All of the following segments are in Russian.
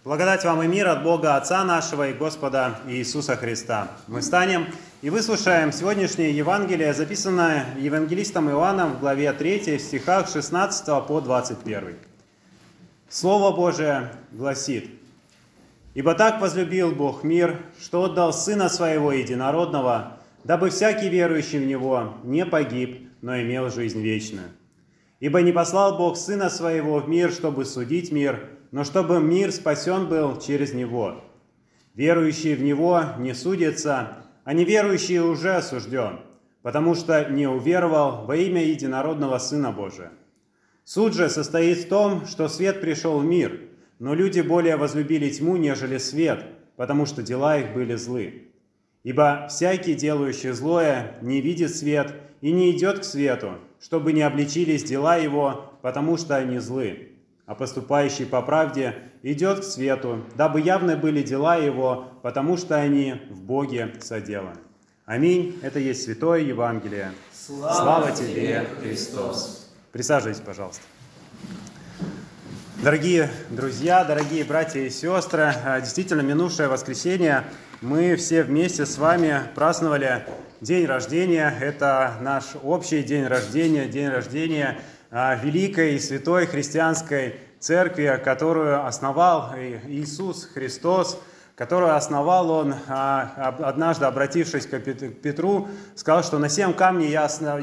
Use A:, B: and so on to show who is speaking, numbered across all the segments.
A: Благодать вам и мир от Бога Отца нашего и Господа Иисуса Христа. Мы встанем и выслушаем сегодняшнее Евангелие, записанное евангелистом Иоанном в главе 3, в стихах 16 по 21. Слово Божие гласит: «Ибо так возлюбил Бог мир, что отдал Сына Своего Единородного, дабы всякий верующий в Него не погиб, но имел жизнь вечную. Ибо не послал Бог Сына Своего в мир, чтобы судить мир, но чтобы мир спасен был через Него. Верующий в Него не судится, а неверующий уже осужден, потому что не уверовал во имя Единородного Сына Божия. Суд же состоит в том, что свет пришел в мир, но люди более возлюбили тьму, нежели свет, потому что дела их были злы. Ибо всякий, делающий злое, не видит свет и не идет к свету, чтобы не обличились дела его, потому что они злы. А поступающий по правде идет к свету, дабы явны были дела его, потому что они в Боге соделаны». Аминь. Это есть Святое Евангелие. Слава тебе, Христос. Присаживайтесь, пожалуйста. Дорогие друзья, дорогие братья и сестры, действительно, минувшее воскресенье мы все вместе с вами праздновали день рождения. Это наш общий день рождения великой и святой христианской церкви, которую основал Иисус Христос, которую основал Он, однажды обратившись к Петру, сказал, что на 7 камней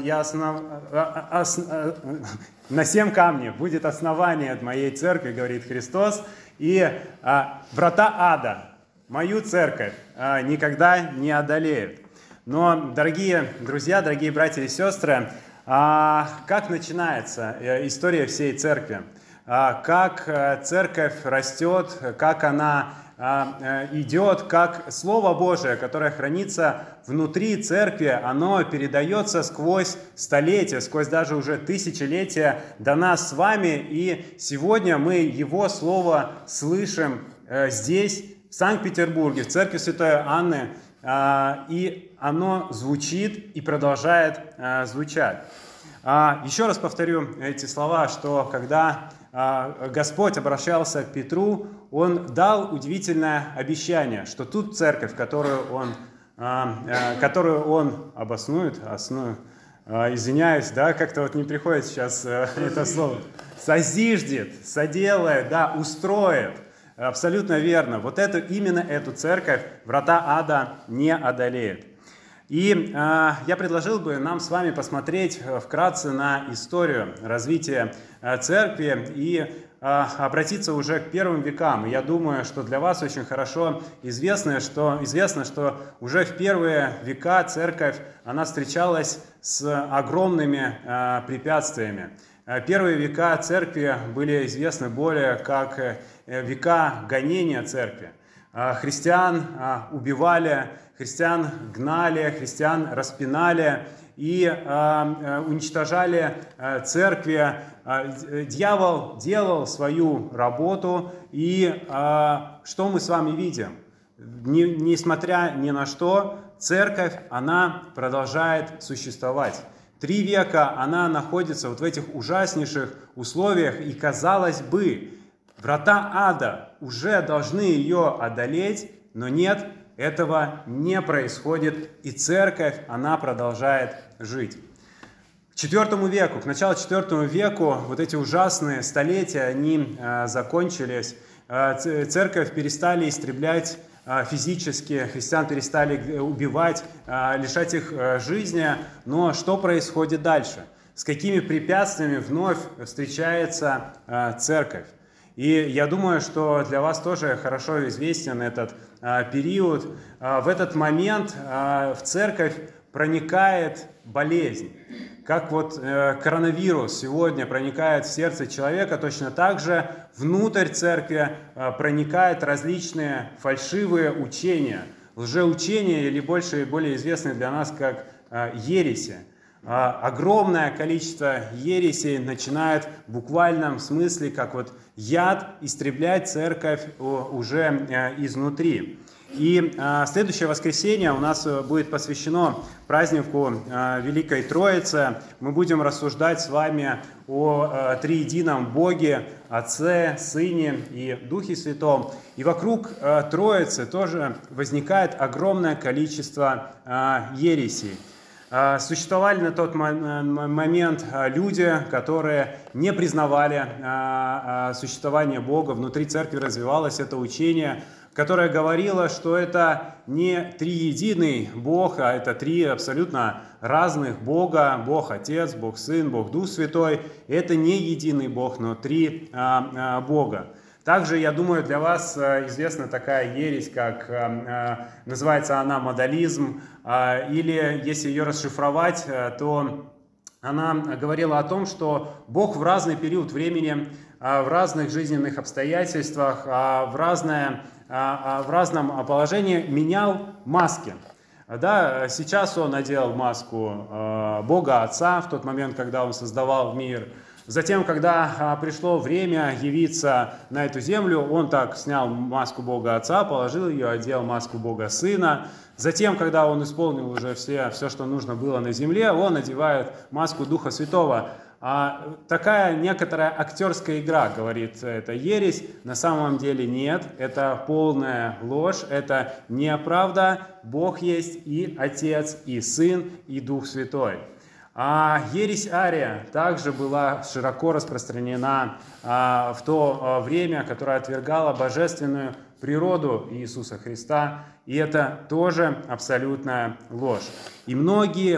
A: на 7 камней будет основание моей церкви, говорит Христос, и врата ада, мою церковь, никогда не одолеют. Но, дорогие друзья, дорогие братья и сестры, как начинается история всей церкви? Как церковь растет, как она идет, как Слово Божие, которое хранится внутри церкви, оно передается сквозь столетия, сквозь даже уже тысячелетия до нас с вами. И сегодня мы Его Слово слышим здесь, в Санкт-Петербурге, в церкви Святой Анны, и оно звучит и продолжает звучать. Еще раз повторю эти слова, что когда Господь обращался к Петру, Он дал удивительное обещание, что тут церковь, которую Он обоснует, извиняюсь, да, как-то вот не приходит сейчас это слово, созиждет, соделает, да, устроит. Абсолютно верно. Вот именно эту церковь врата ада не одолеют. И я предложил бы нам с вами посмотреть вкратце на историю развития церкви и обратиться уже к первым векам. Я думаю, что для вас очень хорошо известно, что уже в первые века церковь, она встречалась с огромными препятствиями. Первые века церкви были известны более как века гонения церкви. Христиан убивали, христиан гнали, христиан распинали и уничтожали церкви. Дьявол делал свою работу, и что мы с вами видим? Несмотря ни на что, церковь, она продолжает существовать. 3 века она находится вот в этих ужаснейших условиях, и, казалось бы, врата ада уже должны ее одолеть, но нет, этого не происходит, и церковь, она продолжает жить. К IV веку, к началу IV веку, вот эти ужасные столетия, они закончились. Церковь перестали истреблять физически, христиан перестали убивать, лишать их жизни. Но что происходит дальше? С какими препятствиями вновь встречается церковь? И я думаю, что для вас тоже хорошо известен этот период. В этот момент в церковь проникает болезнь. Как вот коронавирус сегодня проникает в сердце человека, точно так же внутрь церкви проникают различные фальшивые учения, лжеучения или более известные для нас как ереси. Огромное количество ересей начинает в буквальном смысле, как вот яд, истреблять церковь уже изнутри. И следующее воскресенье у нас будет посвящено празднику Великой Троицы. Мы будем рассуждать с вами о триедином Боге, Отце, Сыне и Духе Святом. И вокруг Троицы тоже возникает огромное количество ересей. Существовали на тот момент люди, которые не признавали существование Бога. Внутри церкви развивалось это учение, которое говорило, что это не триединый Бог, а это три абсолютно разных Бога. Бог Отец, Бог Сын, Бог Дух Святой. Это не единый Бог, но три Бога. Также, я думаю, для вас известна такая ересь, как называется она модализм, или если ее расшифровать, то она говорила о том, что Бог в разный период времени, в разных жизненных обстоятельствах, в разном положении менял маски. Да, сейчас он надел маску Бога Отца в тот момент, когда он создавал мир. Затем, когда пришло время явиться на эту землю, он так снял маску Бога Отца, положил ее, одел маску Бога Сына. Затем, когда он исполнил уже все, что нужно было на земле, он надевает маску Духа Святого. Такая некоторая актерская игра, говорит эта ересь. На самом деле нет, это полная ложь, это неправда. Бог есть и Отец, и Сын, и Дух Святой. Ересь Ария также была широко распространена в то время, которое отвергало божественную природу Иисуса Христа, и это тоже абсолютная ложь. И многие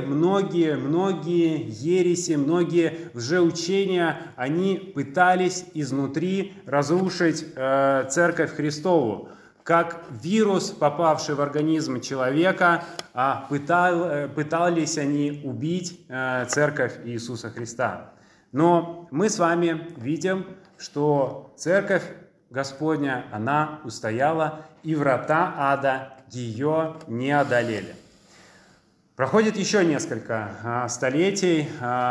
A: ереси, многие лжеучения, они пытались изнутри разрушить Церковь Христову. Как вирус, попавший в организм человека, пытались они убить Церковь Иисуса Христа. Но мы с вами видим, что Церковь Господня, она устояла, и врата ада ее не одолели. Проходит еще несколько столетий,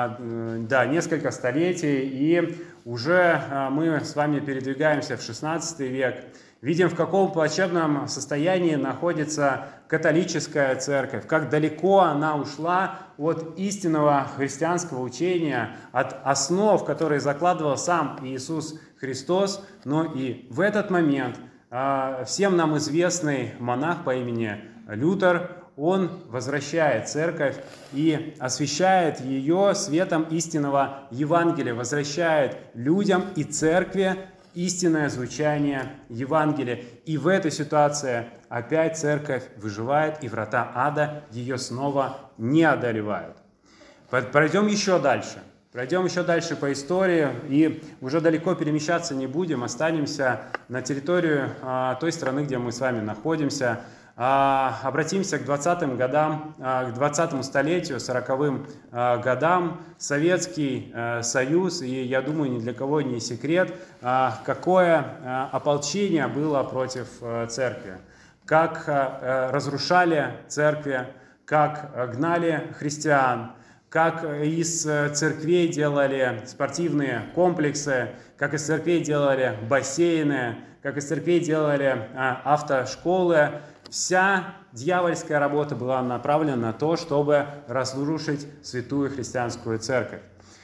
A: и уже мы с вами передвигаемся в XVI век. Видим, в каком плачевном состоянии находится католическая церковь, как далеко она ушла от истинного христианского учения, от основ, которые закладывал сам Иисус Христос. Но и в этот момент всем нам известный монах по имени Лютер, он возвращает церковь и освещает ее светом истинного Евангелия, возвращает людям и церкви истинное звучание Евангелия. И в этой ситуации опять церковь выживает, и врата ада ее снова не одолевают. Пройдем еще дальше. Пройдем еще дальше по истории, и уже далеко перемещаться не будем, останемся на территории той страны, где мы с вами находимся. Обратимся к 20-м годам, к 20-му столетию, 40-м годам. Советский Союз, и я думаю, ни для кого не секрет, какое ополчение было против церкви, как разрушали церкви, как гнали христиан, как из церквей делали спортивные комплексы, как из церквей делали бассейны, как из церквей делали автошколы. Вся дьявольская работа была направлена на то, чтобы разрушить святую христианскую церковь.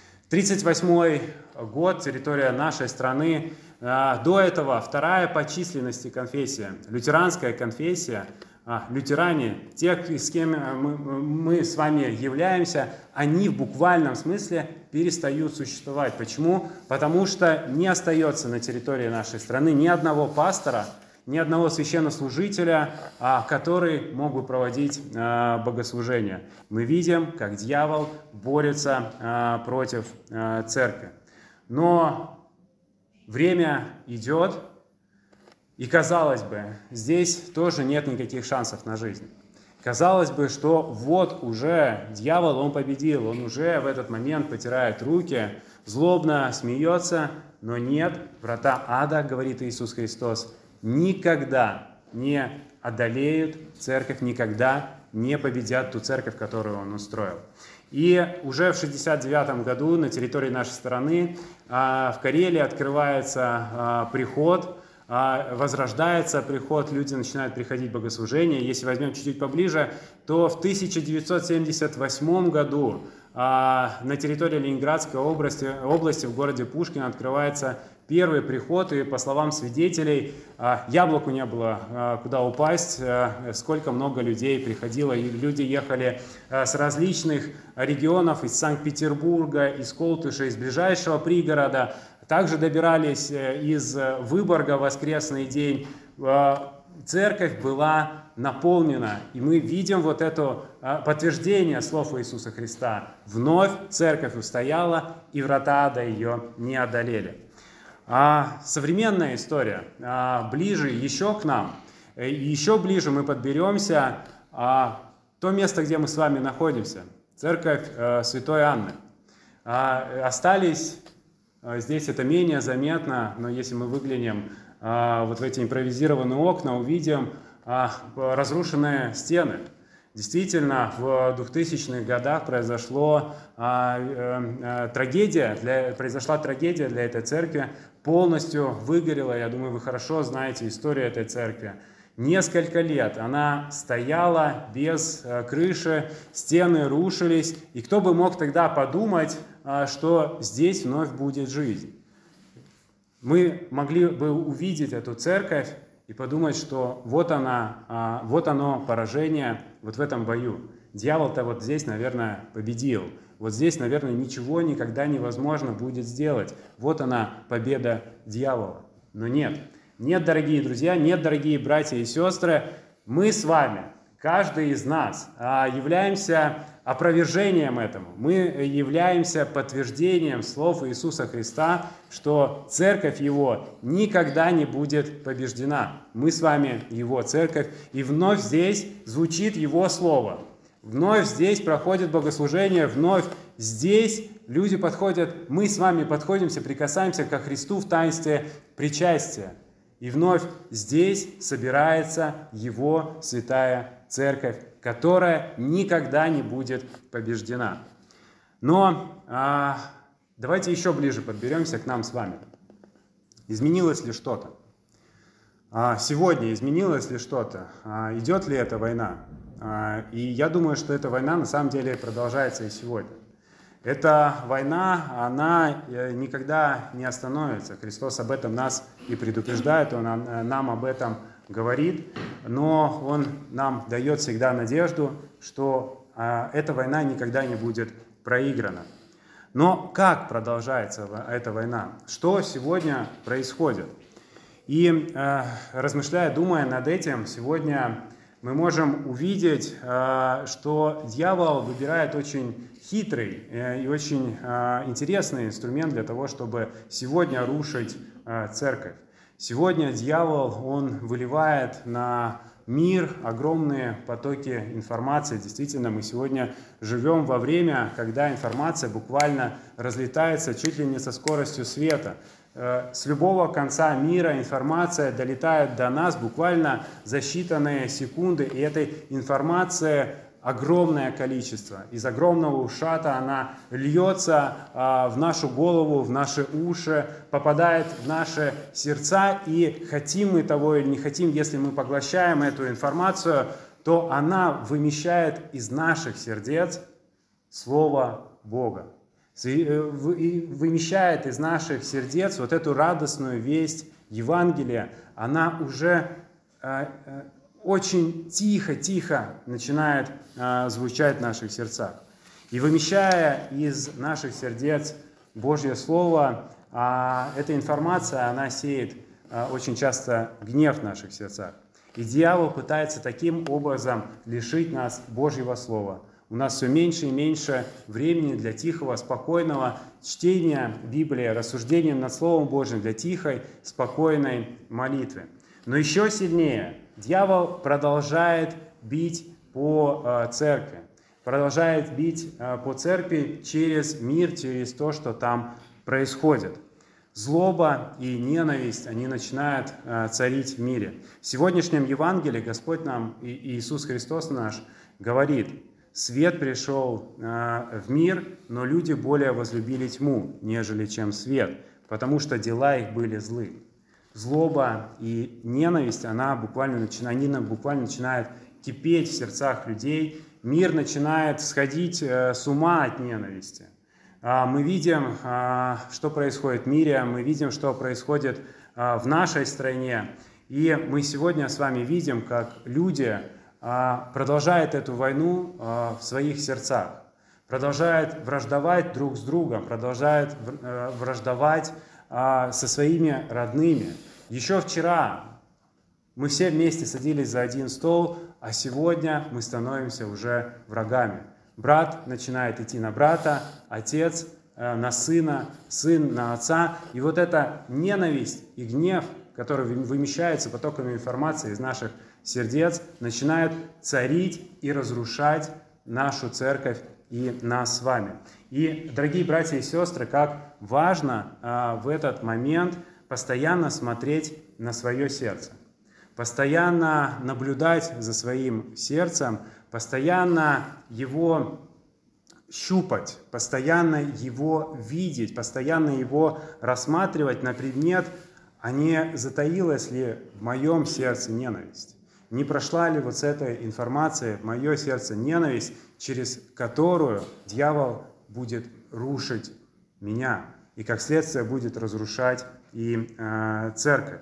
A: 1938 год, территория нашей страны. До этого вторая по численности конфессия, лютеранская конфессия. Лютеране, те, с кем мы с вами являемся, они в буквальном смысле перестают существовать. Почему? Потому что не остается на территории нашей страны ни одного пастора, ни одного священнослужителя, который мог бы проводить богослужение. Мы видим, как дьявол борется против церкви. Но время идет, и казалось бы, здесь тоже нет никаких шансов на жизнь. Казалось бы, что вот уже дьявол, он победил, он уже в этот момент потирает руки, злобно смеется, но нет, врата ада, говорит Иисус Христос, никогда не одолеют церковь, никогда не победят ту церковь, которую он устроил. И уже в 1969 году на территории нашей страны в Карелии открывается приход возрождается приход, люди начинают приходить в богослужение. Если возьмем чуть-чуть поближе, то в 1978 году на территории Ленинградской области в городе Пушкин открывается первый приход, и по словам свидетелей, яблоку не было куда упасть, сколько много людей приходило, и люди ехали с различных регионов, из Санкт-Петербурга, из Колтыша, из ближайшего пригорода, также добирались из Выборга в воскресный день. Церковь была наполнена, и мы видим вот это подтверждение слов Иисуса Христа. Вновь церковь устояла, и врата ада ее не одолели. Современная история ближе еще к нам, еще ближе мы подберемся то место, где мы с вами находимся, церковь Святой Анны. Остались, здесь это менее заметно, но если мы выглянем вот в эти импровизированные окна, увидим разрушенные стены. Действительно, в 2000-х годах произошла трагедия для этой церкви, полностью выгорела. Я думаю, вы хорошо знаете историю этой церкви. Несколько лет она стояла без крыши, стены рушились, и кто бы мог тогда подумать, что здесь вновь будет жизнь. Мы могли бы увидеть эту церковь и подумать, что вот оно поражение вот в этом бою. Дьявол-то вот здесь, наверное, победил. Вот здесь, наверное, ничего никогда невозможно будет сделать. Вот она, победа дьявола. Но нет. Нет, дорогие друзья, нет, дорогие братья и сестры. Мы с вами, каждый из нас, являемся опровержением этому. Мы являемся подтверждением слов Иисуса Христа, что церковь Его никогда не будет побеждена. Мы с вами Его церковь, и вновь здесь звучит Его Слово. Вновь здесь проходит богослужение, вновь здесь люди подходят, мы с вами подходимся, прикасаемся ко Христу в таинстве причастия. И вновь здесь собирается Его святая церковь, которая никогда не будет побеждена. Но давайте еще ближе подберемся к нам с вами. Изменилось ли что-то? Сегодня изменилось ли что-то? Идет ли эта война? И я думаю, что эта война на самом деле продолжается и сегодня. Эта война, она никогда не остановится. Христос об этом нас и предупреждает, Он нам об этом говорит, но Он нам дает всегда надежду, что эта война никогда не будет проиграна. Но как продолжается эта война? Что сегодня происходит? И размышляя, думая над этим, сегодня мы можем увидеть, что дьявол выбирает очень хитрый и очень интересный инструмент для того, чтобы сегодня рушить церковь. Сегодня дьявол, он выливает на мир огромные потоки информации. Действительно, мы сегодня живем во время, когда информация буквально разлетается чуть ли не со скоростью света. С любого конца мира информация долетает до нас буквально за считанные секунды, и этой информации огромное количество. Из огромного ушата она льется в нашу голову, в наши уши, попадает в наши сердца, и хотим мы того или не хотим, если мы поглощаем эту информацию, то она вымещает из наших сердец Слово Бога. Вымещает из наших сердец вот эту радостную весть Евангелия. Она уже очень тихо начинает звучать в наших сердцах. И вымещая из наших сердец Божье Слово, эта информация, она сеет очень часто гнев в наших сердцах. И дьявол пытается таким образом лишить нас Божьего Слова. У нас все меньше и меньше времени для тихого, спокойного чтения Библии, рассуждения над Словом Божьим, для тихой, спокойной молитвы. Но еще сильнее дьявол продолжает бить по церкви, продолжает бить по церкви через мир, через то, что там происходит. Злоба и ненависть, они начинают царить в мире. В сегодняшнем Евангелии Господь нам, и Иисус Христос наш, говорит: «Свет пришел в мир, но люди более возлюбили тьму, нежели чем свет, потому что дела их были злы». злоба и ненависть, они буквально начинают кипеть в сердцах людей. Мир начинает сходить с ума от ненависти. Мы видим, что происходит в мире, мы видим, что происходит в нашей стране. И мы сегодня с вами видим, как люди продолжают эту войну в своих сердцах, продолжают враждовать друг с другом, продолжают враждовать со своими родными. Еще вчера мы все вместе садились за один стол, а сегодня мы становимся уже врагами. Брат начинает идти на брата, отец на сына, сын на отца. И вот эта ненависть и гнев, который вымещается потоками информации из наших сердец, начинает царить и разрушать нашу церковь и нас с вами. И, дорогие братья и сестры, как важно в этот момент постоянно смотреть на свое сердце, постоянно наблюдать за своим сердцем, постоянно его щупать, постоянно его видеть, постоянно его рассматривать на предмет, а не затаилась ли в моем сердце ненависть. Не прошла ли вот с этой информацией в мое сердце ненависть, через которую дьявол будет рушить меня и, как следствие, будет разрушать и церковь.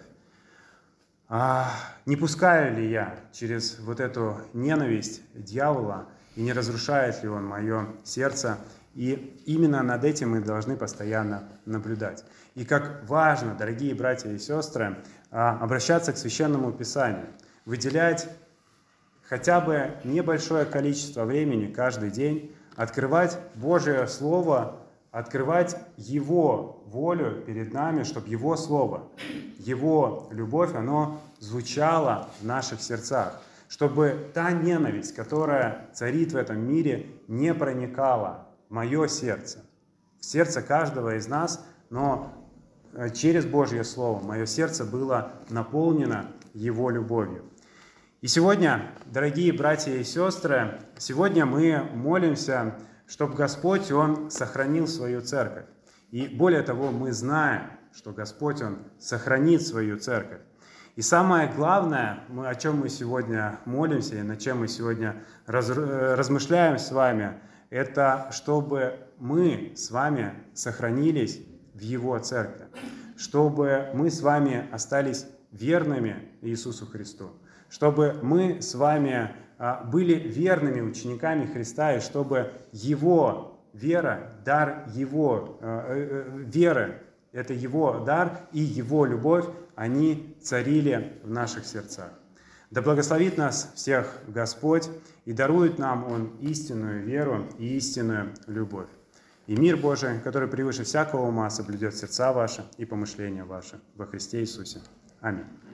A: Не пускаю ли я через вот эту ненависть дьявола, и не разрушает ли он мое сердце? И именно над этим мы должны постоянно наблюдать. И как важно, дорогие братья и сестры, обращаться к Священному Писанию, выделять хотя бы небольшое количество времени каждый день, открывать Божие Слово, открывать Его волю перед нами, чтобы Его Слово, Его любовь, оно звучало в наших сердцах, чтобы та ненависть, которая царит в этом мире, не проникала в мое сердце, в сердце каждого из нас, но через Божье Слово мое сердце было наполнено Его любовью. И сегодня, дорогие братья и сестры, сегодня мы молимся, чтобы Господь, Он сохранил свою церковь. И более того, мы знаем, что Господь, Он сохранит свою церковь. И самое главное, о чем мы сегодня молимся и над чем мы сегодня размышляем с вами, это чтобы мы с вами сохранились в Его церкви, чтобы мы с вами остались верными Иисусу Христу, чтобы мы с вами были верными учениками Христа, и чтобы Его вера, дар Его веры, это Его дар и Его любовь, они царили в наших сердцах. Да благословит нас всех Господь и дарует нам Он истинную веру и истинную любовь. И мир Божий, который превыше всякого ума, соблюдет сердца ваши и помышления ваши во Христе Иисусе. Аминь.